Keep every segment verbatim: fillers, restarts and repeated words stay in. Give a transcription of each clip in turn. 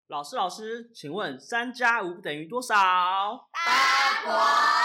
老师，老师，请问三加五等于多少？ 八婆。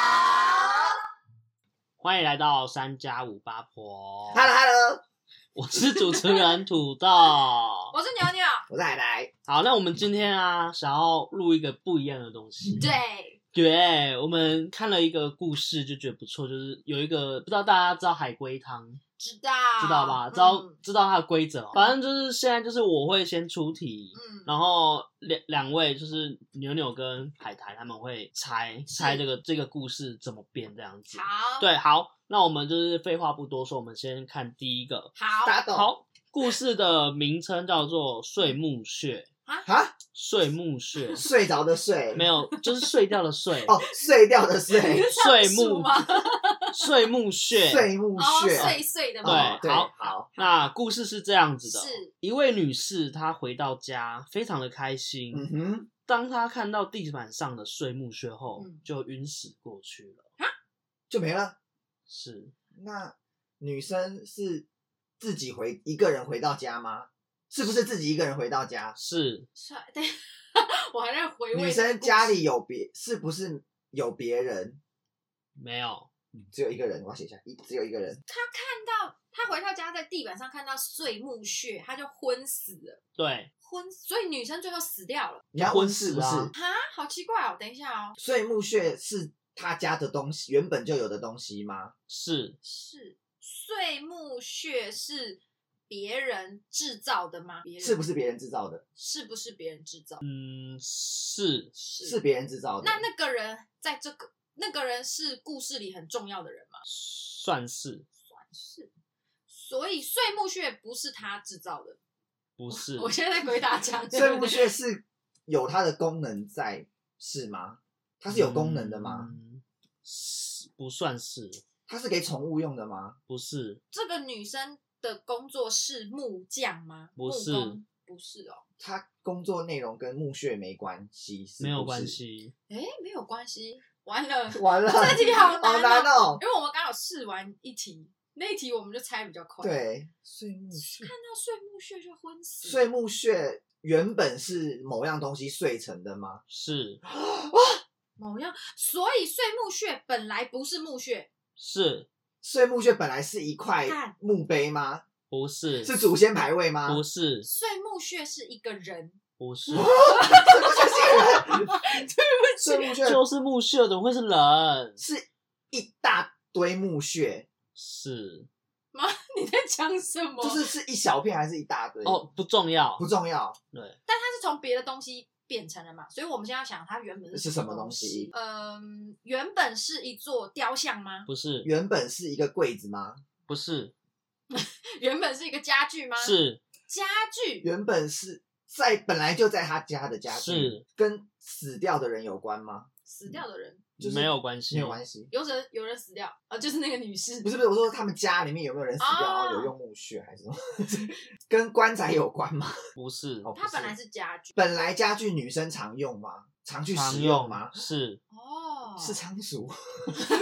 欢迎来到三加五八婆。 Hello Hello， 我是主持人土豆， 我是牛牛， 我是海苔。 好，那我们今天啊，想要录一个不一样的东西。 对， 对，我们看了一个故事，就觉得不错，就是有一个不知道大家知道海龟汤。 知道知道吧？知道、 嗯、 知道它的规则。反正就是现在就是我会先出题， 嗯， 然后两两位就是牛牛跟海苔他们会猜猜这个这个故事怎么编这样子。 好， 对，好，那我们就是废话不多说，我们先看第一个。 好， 好，故事的名称叫做睡木穴。 啊？ 睡木穴， 睡着的睡， 没有，就是睡掉的睡。 哦，睡掉的睡， 睡木睡木穴， 睡木穴， 哦、碎碎的嘛。对，好， 好。 那故事是这样子的： 是一位女士，她回到家，非常的开心。 嗯哼， 当她看到地板上的睡木穴后， 嗯、 就晕死过去了。 啊？ 就没了？ 是。 那女生是自己回一个人回到家吗？是不是自己一个人回到家？ 是。 对，我还在回味。 女生家里有别，是不是有别人？ 没有， 只有一个人。我要写一下，只有一个人。 他看到他回到家，在地板上看到睡木穴，他就昏死了。 对， 昏，所以女生最后死掉了。 你要问是不是？ 啊，好奇怪哦！等一下哦， 睡木穴是他家的东西，原本就有的东西吗？ 是。 是。睡木穴是别人制造的吗？别人是不是别人制造的？ 是不是别人制造？ 嗯，是是是别人制造的。 那那个人在这个那个人是故事里很重要的人吗？ 算是， 算是。所以睡木穴不是他制造的， 不是。 我现在在回答讲， 睡木穴是有它的功能在，是吗？它是有功能的吗？ 嗯、不算是。 它是给宠物用的吗？ 不是。 这个女生的工作是木匠吗？ 不是， 不是哦。 他工作内容跟木穴没关系， 没有关系。 哎，没有关系，完了， 完了， 这题好难、哦， 好难哦。 因为我们刚好试完一题，那一题我们就猜比较快。 对，睡木穴， 看到睡木穴就昏死。 睡木穴原本是某样东西碎成的吗？ 是。 某样，所以睡木穴本来不是木穴。 是。 睡木穴本来是一块墓碑吗？ 不是。 是祖先牌位吗？ 不是。 睡木穴是一个人。 不是。 睡木穴是一个人。 对不起， 睡木穴就是木穴，怎么会是人？ 是一大堆木穴。 是。妈，你在讲什么？ 就是是一小片还是一大堆？ 哦，不重要， 不重要。 对。 但它是从别的东西变成了嘛，所以我们现在要想它原本是什么东西？ 嗯，原本是一座雕像吗？ 不是。 原本是一个柜子吗？ 不是。 原本是一个家具吗？ 是。 家具。 原本是在本来就在他家的家具。 是。 跟死掉的人有关吗？ 死掉的人、 就是、 没有关系， 没有关系。 有人有人死掉啊，就是那个女士。 不是不是，我说他们家里面有没有人死掉，然后有用木穴还是什么？跟棺材有关吗？ 不是。 哦， 它本来是家具。 本来家具女生常用吗？常去使用吗？ 是。 哦， 是仓鼠。 不是。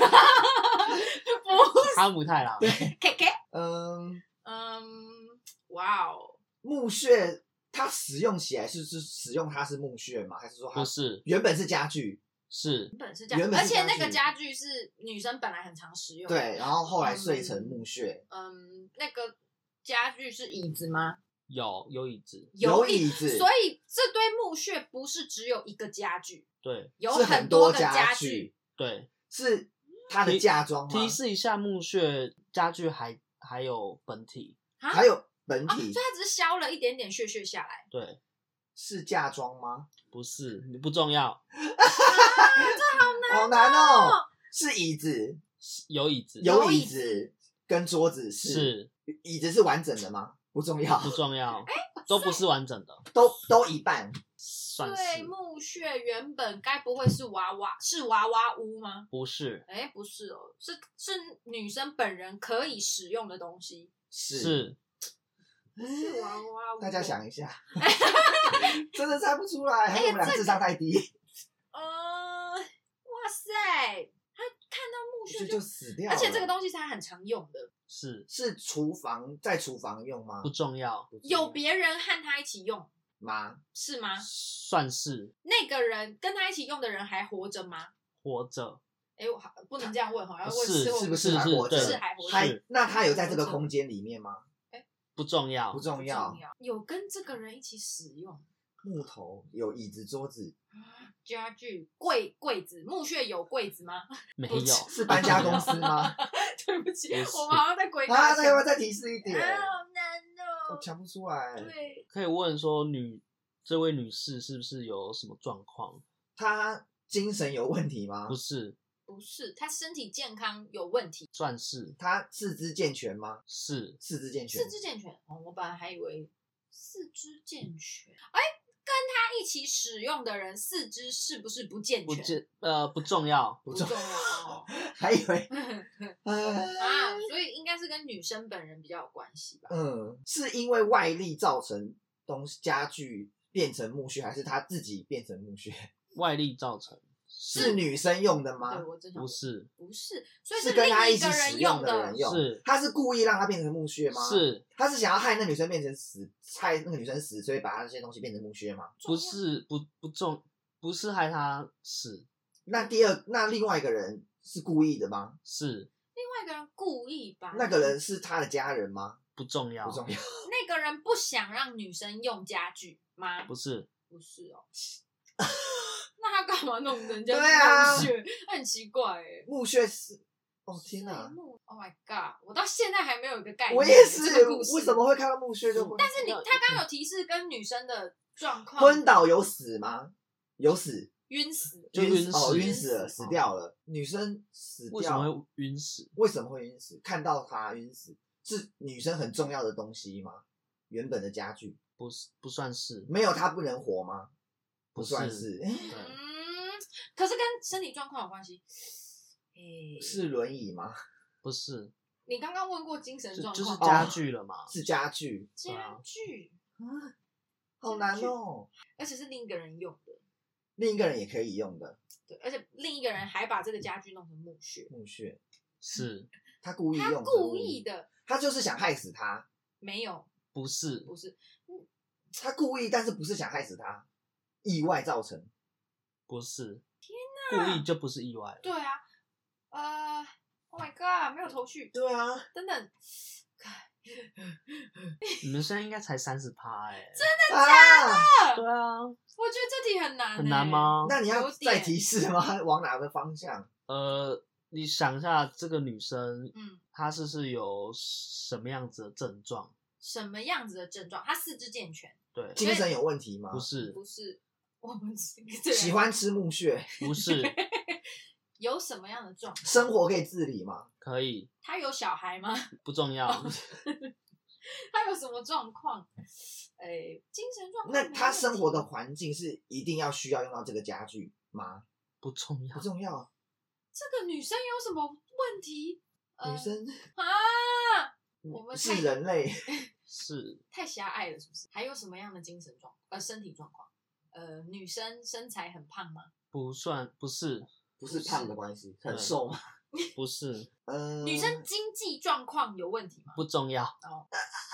哈姆太郎。 对。 K K。 嗯嗯，哇哦， 木穴它使用起来是是使用它是木穴吗？还是说它不是？ 原本是家具。 是。 原本是家具，而且那个家具是女生本来很常使用的。 对，然后后来碎成木穴。 嗯，那个家具是椅子吗？ 有有椅子， 有椅子。 所以这堆木穴不是只有一个家具， 对， 有很多个家具， 对， 是它的嫁妆吗？ 提示一下，木穴家具还还有本体， 还有本体， 啊、所以它只是削了一点点屑屑下来。 对， 是嫁妆吗？ 不是，你不重要。 啊，这好难、哦， 好难哦。是椅子， 有椅子， 有椅子跟桌子是， 是椅子是完整的吗？不重要， 不重要，都不是完整的， 都都一半。 算是。 对，木穴原本该不会是娃娃，是娃娃屋吗？ 不是。 哎，不是哦，是是女生本人可以使用的东西。 是。 是。 不是娃娃屋。 大家想一下，真的猜不出来，还是我们俩智商太低？ 呃，哇塞，他看到木穴就, 就死掉了， 而且这个东西是他很常用的。 是是厨房在厨房用吗？ 不重要， 有别人和他一起用。 吗？ 是吗？ 算是那个人跟他一起用的人还活着吗？ 活着， 哎，我好不能这样问哈，要问是是或是不是是还活着？ 对是还活着还那他有在这个空间里面吗？ 不重要， 不重不要重。要，有跟这个人一起使用木头有椅子、桌子， 家具，柜柜子，墓穴有柜子吗？ 没有， 是搬家公司吗？ 对不起， 不是我们好像在鬼啊， 打墙那要不要再提示一点？ 啊，好难哦。 我想不出来。 对， 可以问说女这位女士是不是有什么状况？ 他精神有问题吗不？是， 不是，他身体健康有问题， 算是他四肢健全吗？ 是四肢健全四。肢健全。哦，我本来还以为四肢健全，哎，跟他一起使用的人四肢是不是不健全？ 不健呃不重要， 不重不重要哦。 还以为，呃啊，所以应该是跟女生本人比较有关系吧？ 嗯，是因为外力造成东西家具变成墓穴，还是他自己变成墓穴？ 外力造成是女生用的吗对，？我真想不是不是，所以是跟他一起另一个使用人用的人用， 是他是故意让他变成墓穴吗？， 是他是想要害那女生变成死，害那个女生死，所以把他这些东西变成墓穴吗？ 不是不不重不是害她死， 那第二，那另外一个人是故意的吗？ 是另外一个人故意把那个人是他的家人吗？ 不重要， 不重要。 那个人不想让女生用家具吗？ 不是不是哦，那他干嘛弄人家对啊墓穴？很奇怪哎。 墓穴是，哦天哪水！木 ！Oh my god！我到现在还没有一个概念。 我也是这个故，事为什么会看到墓穴就会？ 但是你他刚刚有提示跟女生的状况， 昏倒有死吗？有死， 晕死， 就晕死哦，晕晕死了， 死死掉了。女生死掉， 为什么会晕死？ 为什么会晕死？看到他晕死，是女生很重要的东西吗？原本的家具不是不算是， 没有她不能活吗？不不是算是，诶对， 嗯，可是跟身体状况有关系。诶， 是轮椅吗？ 不是， 你刚刚问过精神就状况， 就是家具了嘛， 是家具家具， 啊，好难哦。 而且是另一个人用的， 另一个人也可以用的对，而且另一个人还把这个家具弄成墓穴， 墓穴， 是他故意用的， 他故意的， 他就是想害死他， 没有， 不是不是， 他故意，但是不是想害死他，意外造成。 不是？ 哪故意就不是意外了， 对啊，呃，Oh my god，没有头绪， 对啊， 等等， 你们现在应该才三十趴哎， 啊， 对啊， 我觉得这题很难、欸， 很难？吗？ 那你要有点再提示吗？往哪个方向？ 呃，你想一下，这个女生嗯， 她是不是有什么样子的症状？ 什么样子的症状？他四肢健全， 对， 精神有问题吗？ 不是， 不是我们这个喜欢吃墓穴， 不是， 有什么样的状况？ 生活可以自理吗？ 可以， 他有小孩吗？ 不重要， 他有什么状况？哎，精神状况。 那他生活的环境是一定要需要用到这个家具吗？ 不重要不，重要， 这个女生有什么问题？呃女生啊，我们是太人类， 是太狭隘了，是不是？还有什么样的精神状呃身体状况？呃，女生身材很胖吗？ 不算，不是， 不是胖的关系，很对瘦吗？ 不是， 嗯， 女生经济状况有问题吗？ 不重要， 哦，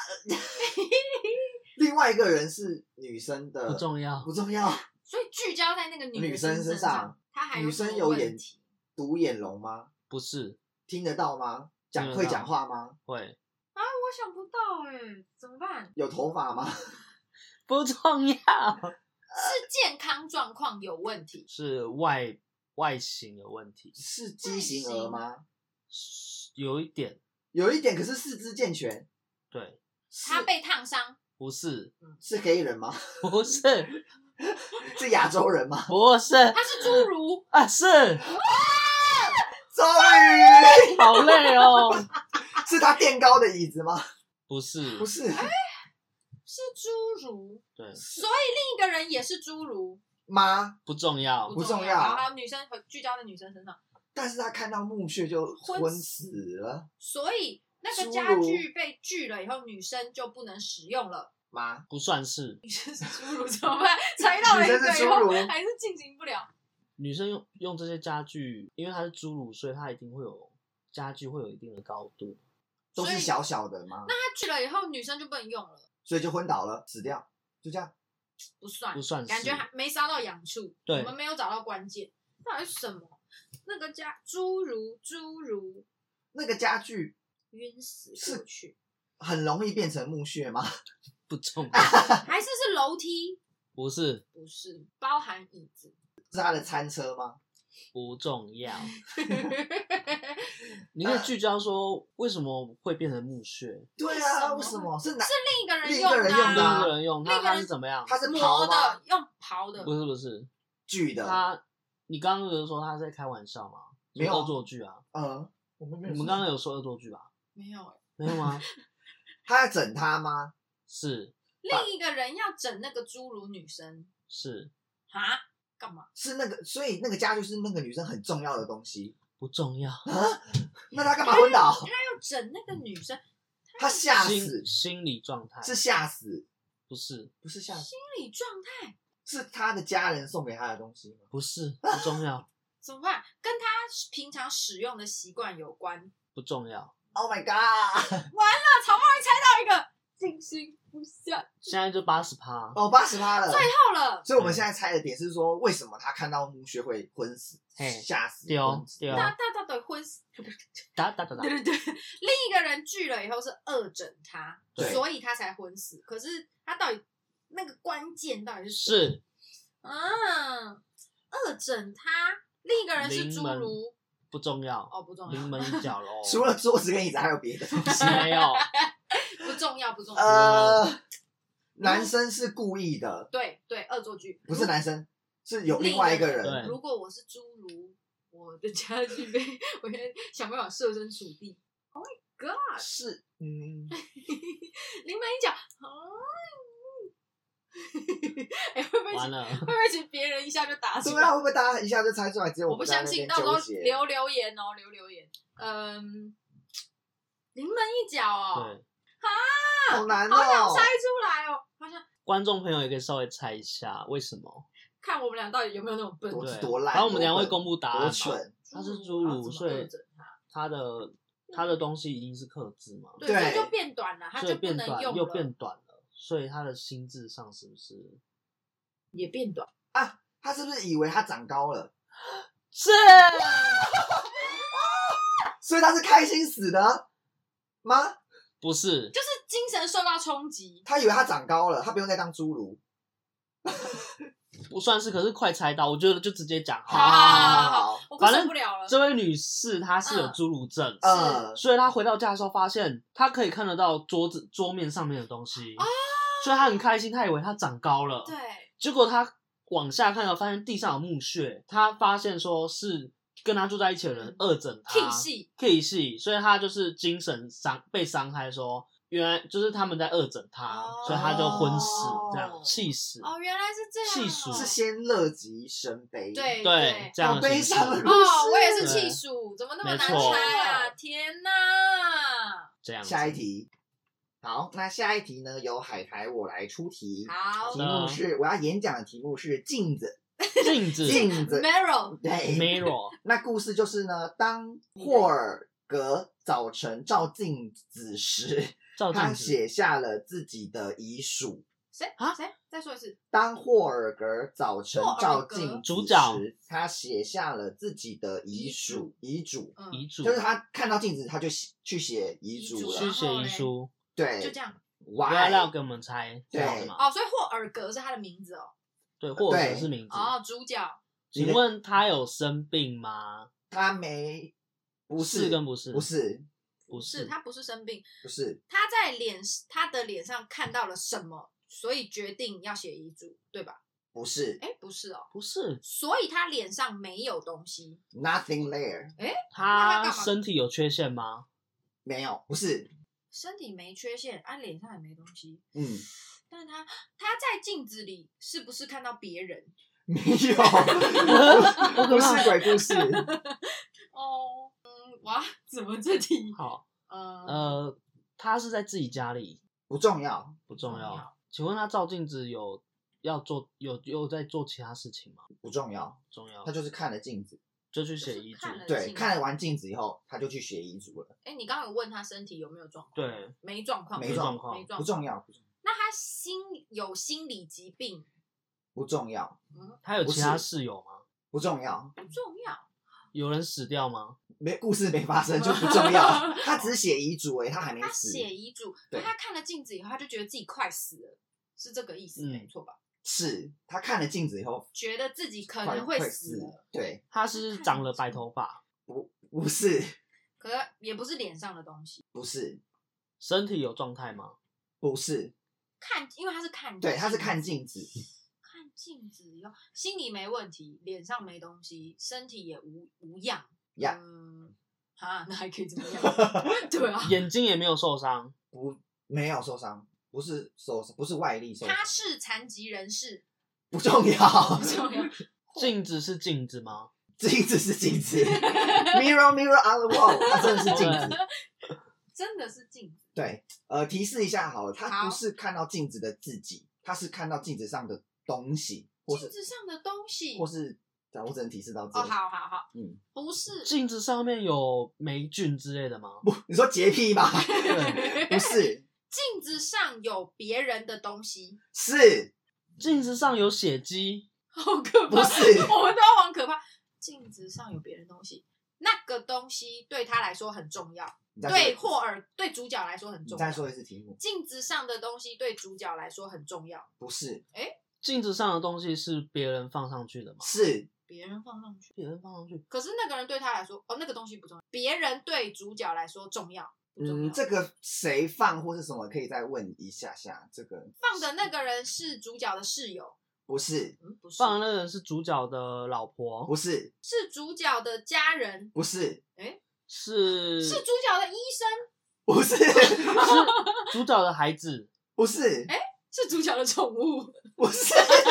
另外一个人是女生的， 不重要不重要。 所以聚焦在那个女的精神生身上， 她还女什么生有眼问题独眼龙吗？ 不是， 听得到吗？讲听得到会讲话吗？ 会， 啊？我想不到哎，怎么办？ 有头发吗？ 不重要， 是健康状况有问题， 是外外形有问题， 是畸形儿吗？ 是有一点， 有一点，可是四肢健全。 对， 是她被烫伤， 不是， 是黑人吗？ 不是， 是亚洲人吗？ 不是， 她是侏儒， 啊，是， 终于好累哦， 是他垫高的椅子吗？ 不是， 不是是侏儒， 对， 所以另一个人也是侏儒， 吗？ 不重要， 不重要好，好女生聚焦在女生身上， 但是他看到墓穴就昏昏死了所以那个侏儒家具被锯了以后，女生就不能使用了。 吗？ 不算是， 女生是侏儒怎么办？猜到了一个女生是以后侏儒还是进行不了。 女生用用这些家具，因为她是侏儒，所以她一定会有家具会有一定的高度， 都是小小的吗？ 那她锯了以后，女生就不能用了。 所以就昏倒了，死掉，就这样。 不算， 不算是感觉还没烧到痒处。 对我们没有找到关键，到底是什么？那个家侏儒，侏儒那个家具晕死过去， 很容易变成墓穴吗？ 不重要， 还是是楼梯？ 不是不是，包含椅子。 是他的餐车吗？ 不重要。你可以聚焦说为什么会变成墓穴？ 对啊， 为什么为什么是哪？ 另一个人另一用的、啊， 个人用的啊另一个人用他， 另一个人他是怎么样？ 他是磨刨吗的？，用刨的。 不是不是， 锯的。 他你刚刚不是说他在开玩笑吗？ 没有恶作剧啊！ 嗯，我们没有说。 你们刚刚有说恶作剧吧？ 没有哎、 没有吗？ 他在整他吗？ 是另一个人要整那个侏儒女生， 是哈？干嘛？ 是那个，所以那个家具是那个女生很重要的东西不重要， 啊。那他干嘛昏倒？ 他要整那个女生， 他吓死心，心理状态是吓死， 不是不是吓死， 心理状态是他的家人送给他的东西吗？ 不是不重要怎么办？跟他平常使用的习惯有关。 不重要， Oh my god！ 那曹梦瑜猜到一个，惊心不下， 现在就八十趴， 哦，八十趴了。 最后了。 所以我们现在猜的点是说，为什么他看到墓穴会昏死、 嘿吓死、 对哦昏死？ 对哦他他他得昏死， 打打打打对，对对，另一个人拒了以后是恶整他， 对所以他才昏死。可是他到底那个关键到底是什么？ 是嗯，恶整他，另一个人是临门侏儒， 不重要， 哦，不重临要， 门一脚喽。 除了桌子跟椅子，还有别的东西。 没有， 不重要，不重要。 呃，男生是故意的， 对对，恶作剧不是男生，是有另外一个人。 对如果我是侏儒，我的家具被我应该想办法设身处地。Oh my god！ 是，嗯， 临门一脚，啊！哎、会不会完了， 会不会其实别人一下就打出来？ 对啊，会不会大家一下就猜出来？只有我不们在那相信， 边到时候纠结。 留留言哦，留留言。嗯，临门一脚哦， 对， 好难好想哦猜。出来哦，好想观众朋友也可以稍微猜一下为什么。 看我们俩到底有没有那种笨。 多对， 多烂然后我们等一下多笨会公布答案多嘛。 蠢， 他是侏儒，所以要怎么恶整他他的他的东西一定是克制嘛， 对， 对所以就变短了，他所以就不变短又能用了， 变短了，所以他的心智上是不是也变短。 啊！他是不是以为他长高了， 是？ 所以他是开心死的吗？ 不是？ 就是精神受到冲击。 他以为他长高了，他不用再当侏儒。 不算是，可是快猜到，我觉得就直接讲好好了。 好好好好，我快反正受不了了。 这位女士她是有侏儒症， 呃， 所以她回到家的时候发现她可以看得到桌子桌面上面的东西， 哦所以她很开心，她以为她长高了。 对， 结果她往下看到，发现地上有墓穴，她发现说是跟她住在一起的人恶整她 K 系 K 系，所以她就是精神伤被伤害说。原来就是他们在恶整她， 哦所以她就昏死，这样气死。 哦，原来是这样、哦。 气数是先乐极生悲。 对对，这样好悲的形式伤的故事哦，我也是对气数，怎么那么难没错猜啊？天哪！ 这样子。 下一题。好，那下一题呢？由海苔我来出题。 好题目是我要演讲的题目是镜子， 镜子镜子。 ，Meryl， 对， mirror 那故事就是呢，当霍尔格早晨照镜子时，他照镜子写下了自己的遗书。 谁啊谁？再说一次。 当霍尔格早晨照镜子主角时，他写下了自己的遗书，遗嘱， 嗯， 遗嘱， 就是他看到镜子，他就写去写遗嘱遗嘱了。 去写遗书， 对， 就这样。 不要 Why？ 让给我们猜， 对这样子嘛？ 哦，所以霍尔格是他的名字哦。 对，或者对是名字。 哦，主角请问他有生病吗？ 他没，不是是跟不是？ 不是不是他不是生病， 不是， 他在脸他的脸上看到了什么，所以决定要写遗嘱，对吧？ 不是哎，不是哦， 不是， 所以他脸上没有东西。 ，nothing there， 那他他干嘛身体有缺陷吗？ 没有，不是， 身体没缺陷，啊，脸上也没东西， 嗯， 但是他他在镜子里是不是看到别人？ 没有，不是鬼故事， 哦，嗯，哇，怎么这题？ 好， 呃呃，他是在自己家里， 不重要， 不重要不重要。 请问他照镜子有要做有有在做其他事情吗？ 不重要， 不重要他，就是看了镜子， 就去写遗嘱。 看了对， 镜子看了完镜子以后，他就去写遗嘱了， 哎，你刚刚有问他身体有没有状况？ 对， 没状况， 没状况没状况。 不重要，不重要， 那他心有心理疾病， 不重要， 嗯， 他有其他室友吗？ 不重要， 不重要。 有人死掉吗？ 没故事没发生就不重要。他只是写遗嘱哎，他还没他死。 写遗嘱， 对他看了镜子以后，他就觉得自己快死了，是这个意思， 嗯没错吧？ 是他看了镜子以后， 觉得自己可快能会快死了， 对， 他是长了白头发， 不不是可是也不是脸上的东西。 不是身体有状态吗？ 不是， 看，因为他是看， 对，他是看镜子， 看镜子以后，心里没问题，脸上没东西，身体也无无恙。 呀嗯，啊，那还可以怎么样？对啊， 眼睛也没有受伤， 不没有受伤，不是受伤，不是外力受伤， 他是残疾人士， 不重要不。重要。 镜子是镜子吗？ 镜子是镜子，mirror mirror on the wall，它真的是镜子。 真的是镜子。 对，呃，提示一下好了，他好不是看到镜子的自己，他是看到镜子上的东西，或是镜子上的东西， 或是，我只能提示到这。 哦，好好好， 嗯， 不是镜子上面有霉菌之类的吗？ 不，你说洁癖吗？ 对， 不是， 镜子上有别人的东西， 是镜子上有血迹， 好可怕！ 不是我们都要往可怕。镜子上有别人的东西，那个东西对他来说很重要， 你再说对霍尔对主角来说很重要。 你再说一次题目， 镜子上的东西对主角来说很重要， 不是， 镜子上的东西是别人放上去的吗？ 是别人放上去， 别人放上去， 可是那个人对他来说，哦，那个东西不重要，别人对主角来说重要，不重要。 嗯，这个谁放或是什么，可以再问一下下。这个放的那个人是主角的室友， 不是， 嗯，不是， 放的那个人是主角的老婆， 不是， 是主角的家人， 不是， 是是主角的医生， 不是， 是主角的孩子， 不是， 哎是主角的宠物。 不是，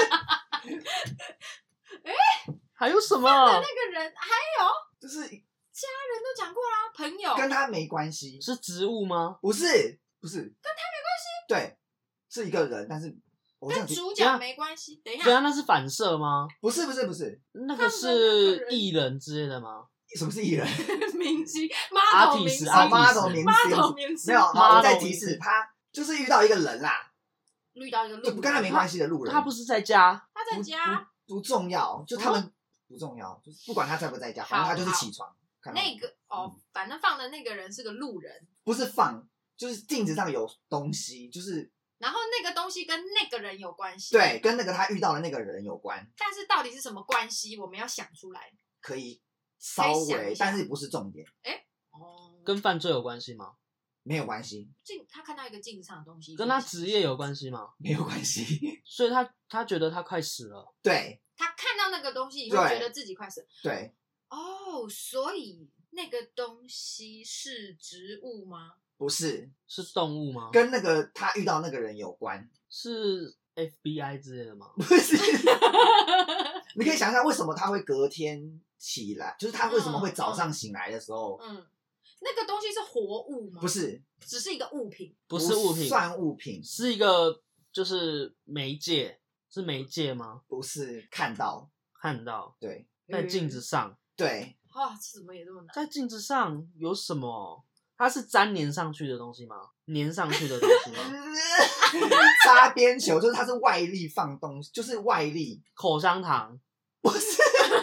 还有什么？ 那个人还就是家人都讲过啦，朋友跟他没关系， 是植物吗？ 不是，不是，跟他没关系。对，是一个人，但是我这样提跟主角没关系。等一对啊， 下， 那是反射吗？ 不是，不是，不是， 那个是艺人之类的吗？ 什么是艺人？ 明星阿 model 提斯明星啊阿提斯 ，model 明 ，model 星， 明星没有，好， model 我再提示， 明星他就是遇到一个人啦， 遇到一个路人， 就不跟他没关系的路人， 他不是在家， 他在家， 不重要，就他们不重要，就是不管他在不在家，反正他就是起床，看到那个哦，反正放的那个人是个路人， 不是放，就是镜子上有东西，就是然后那个东西跟那个人有关系， 对，跟那个他遇到的那个人有关， 但是到底是什么关系，我们要想出来。 可以稍可以想微， 一下但是不是重点， 哦， 跟犯罪有关系吗？ 没有关系， 镜，他看到一个镜子上的东西， 跟他职业有关系吗？ 没有关系， 所以他他觉得他快死了， 对他看到那个东西以后， 对觉得自己快死了。 对， 哦，所以那个东西是植物吗？ 不是， 是动物吗？ 跟那个他遇到那个人有关， 是 F B I 之类的吗？ 不是。你可以想一下，为什么他会隔天起来？就是他为什么会早上醒来的时候， 嗯，那个东西是活物吗？ 不，是只是一个物品。 不是物品， 算物品， 是一个就是媒介，是媒介吗？ 不是看到， 看到对在镜子上， 对， 啊，这怎么也这么难？ 在镜子上有什么？它是粘粘上去的东西吗？粘上去的东西吗？ 擦边球就是它是外力放东西，就是外力， 口香糖、 不是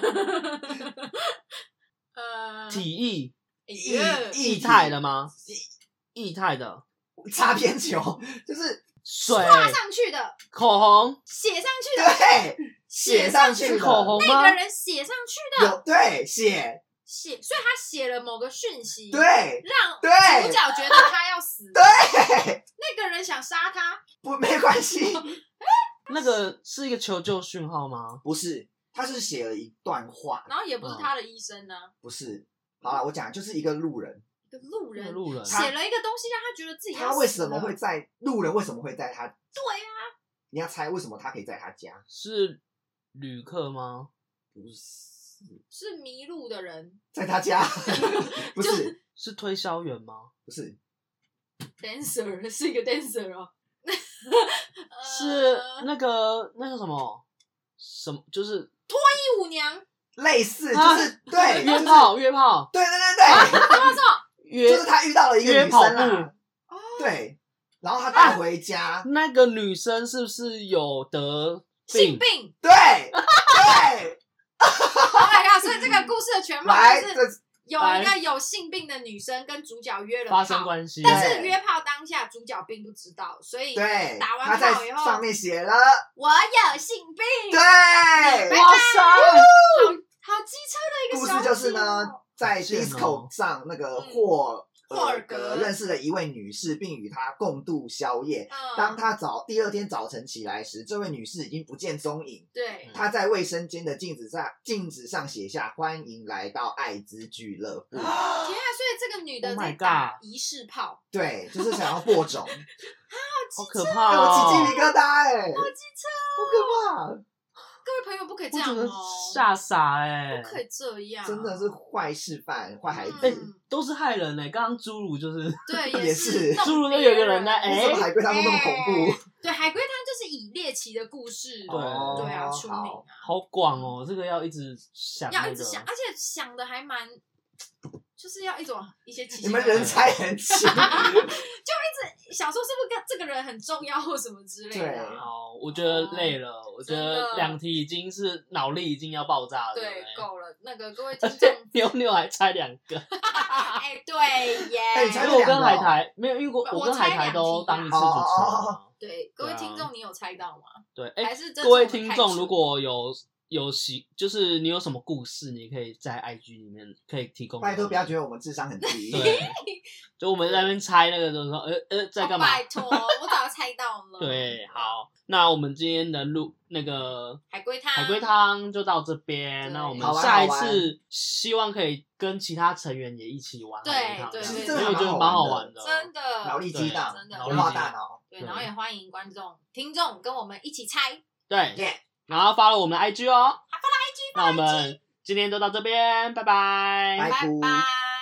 呃， 体液、 液液液态的吗？液态的擦边球，就是水、 画上去的， 口红写上去的， 对写上去是的口红吗那个？人写上去的， 有对写写，所以他写了某个讯息， 对让对主角觉得他要死， 对， 那个人想杀他， 不没关系， 那个是一个求救讯号吗？ 不是，他是写了一段话， 然后也不是他的医生呢， 不是。好了，我讲就是一个路人， 一个路人那个路人写了一个东西让他觉得自己要他为什么死了会在路人为什么会在他？ 对啊， 你要猜为什么他可以在他家？ 是旅客吗？ 不是是迷路的人在他家，不是是推销员吗？ 不是 ，dancer 是一个 dancer 哦， 是呃呃那个那个什么什么，就是第五娘， 类似，就啊是对约炮约炮对对对对， 什么什么约就是他遇到了一个女约跑生啦， 哦， 对， 然后他带回家， 那个女生是不是有得病？ 性病。 对对， Oh my god！所以这个故事的全貌来，这就是有一个有性病的女生跟主角约了发生炮， 关系， 但是约炮当下主角并不知道，所以对， 打完他在炮以后上面写了， 我有性病。 对， 哇塞， 好好机车的一个小姐哦故事就是呢，在是哦 disco 上那个霍霍尔格格认识了一位女士，并与她共度宵夜。 嗯当他早第二天早晨起来时，这位女士已经不见踪影。 对， 她在卫生间的镜子上镜子上写下“欢迎来到艾滋俱乐部”。 天啊！所以这个女的 Oh my 在打 God 仪式炮， 对，就是想要播种。 好可哎怕我起鸡哦！ 皮疙瘩哎、 好机车。 好可怕！ 各位朋友不可以这我整个样哦， 吓傻哎不，可以这样， 真的是坏示范，坏孩子。 嗯都是害人哎。刚刚侏儒就是对， 也是是弄侏儒都别有一个人在人哎为什么海龟汤都那么恐怖？ 对，海龟汤就是以猎奇的故事， 对哦对啊，出名好啊， 好广哦，这个要一直想那个。 要一直想，而且想的还蛮，就是要一种一些奇奇你们怪怪的人才很勤。 就一直想说是不是跟这个人很重要或什么之类的对啊， 好，我觉得累了，我觉得真的两题已经是脑力已经要爆炸了，对不对， 对？ 够了。那个各位听众， 而且妞妞还猜两个， 哎，对耶， 哎你猜因为我跟两个哦海苔没有，因为我我我跟海苔猜两题啊都当一次主持人嘛。 对各位对啊听众，你有猜到吗？ 对，哎， 还是这各位次我们太听众， 蠢如果有有喜，就是你有什么故事，你可以在 I G 里面可以提供。 拜托不要觉得我们智商很低。 对，就我们在那边猜那个，就是说，呃呃，在干嘛？ 哦拜托，我早就猜到了。 对，好，那我们今天的录那个海龟汤， 海龟汤就到这边。 对那我们好玩下一好玩次希望可以跟其他成员也一起玩对海龟汤， 对其实因真的还蛮为我觉得蛮好玩的好玩的， 真的脑力激荡， 真的活化大脑。 对， 对然后也欢迎观众、听众跟我们一起猜。 对， 耶， 然后发了我们的 I G 哦， 好，发了 I G， 那我们今天就到这边，拜拜， 拜拜拜。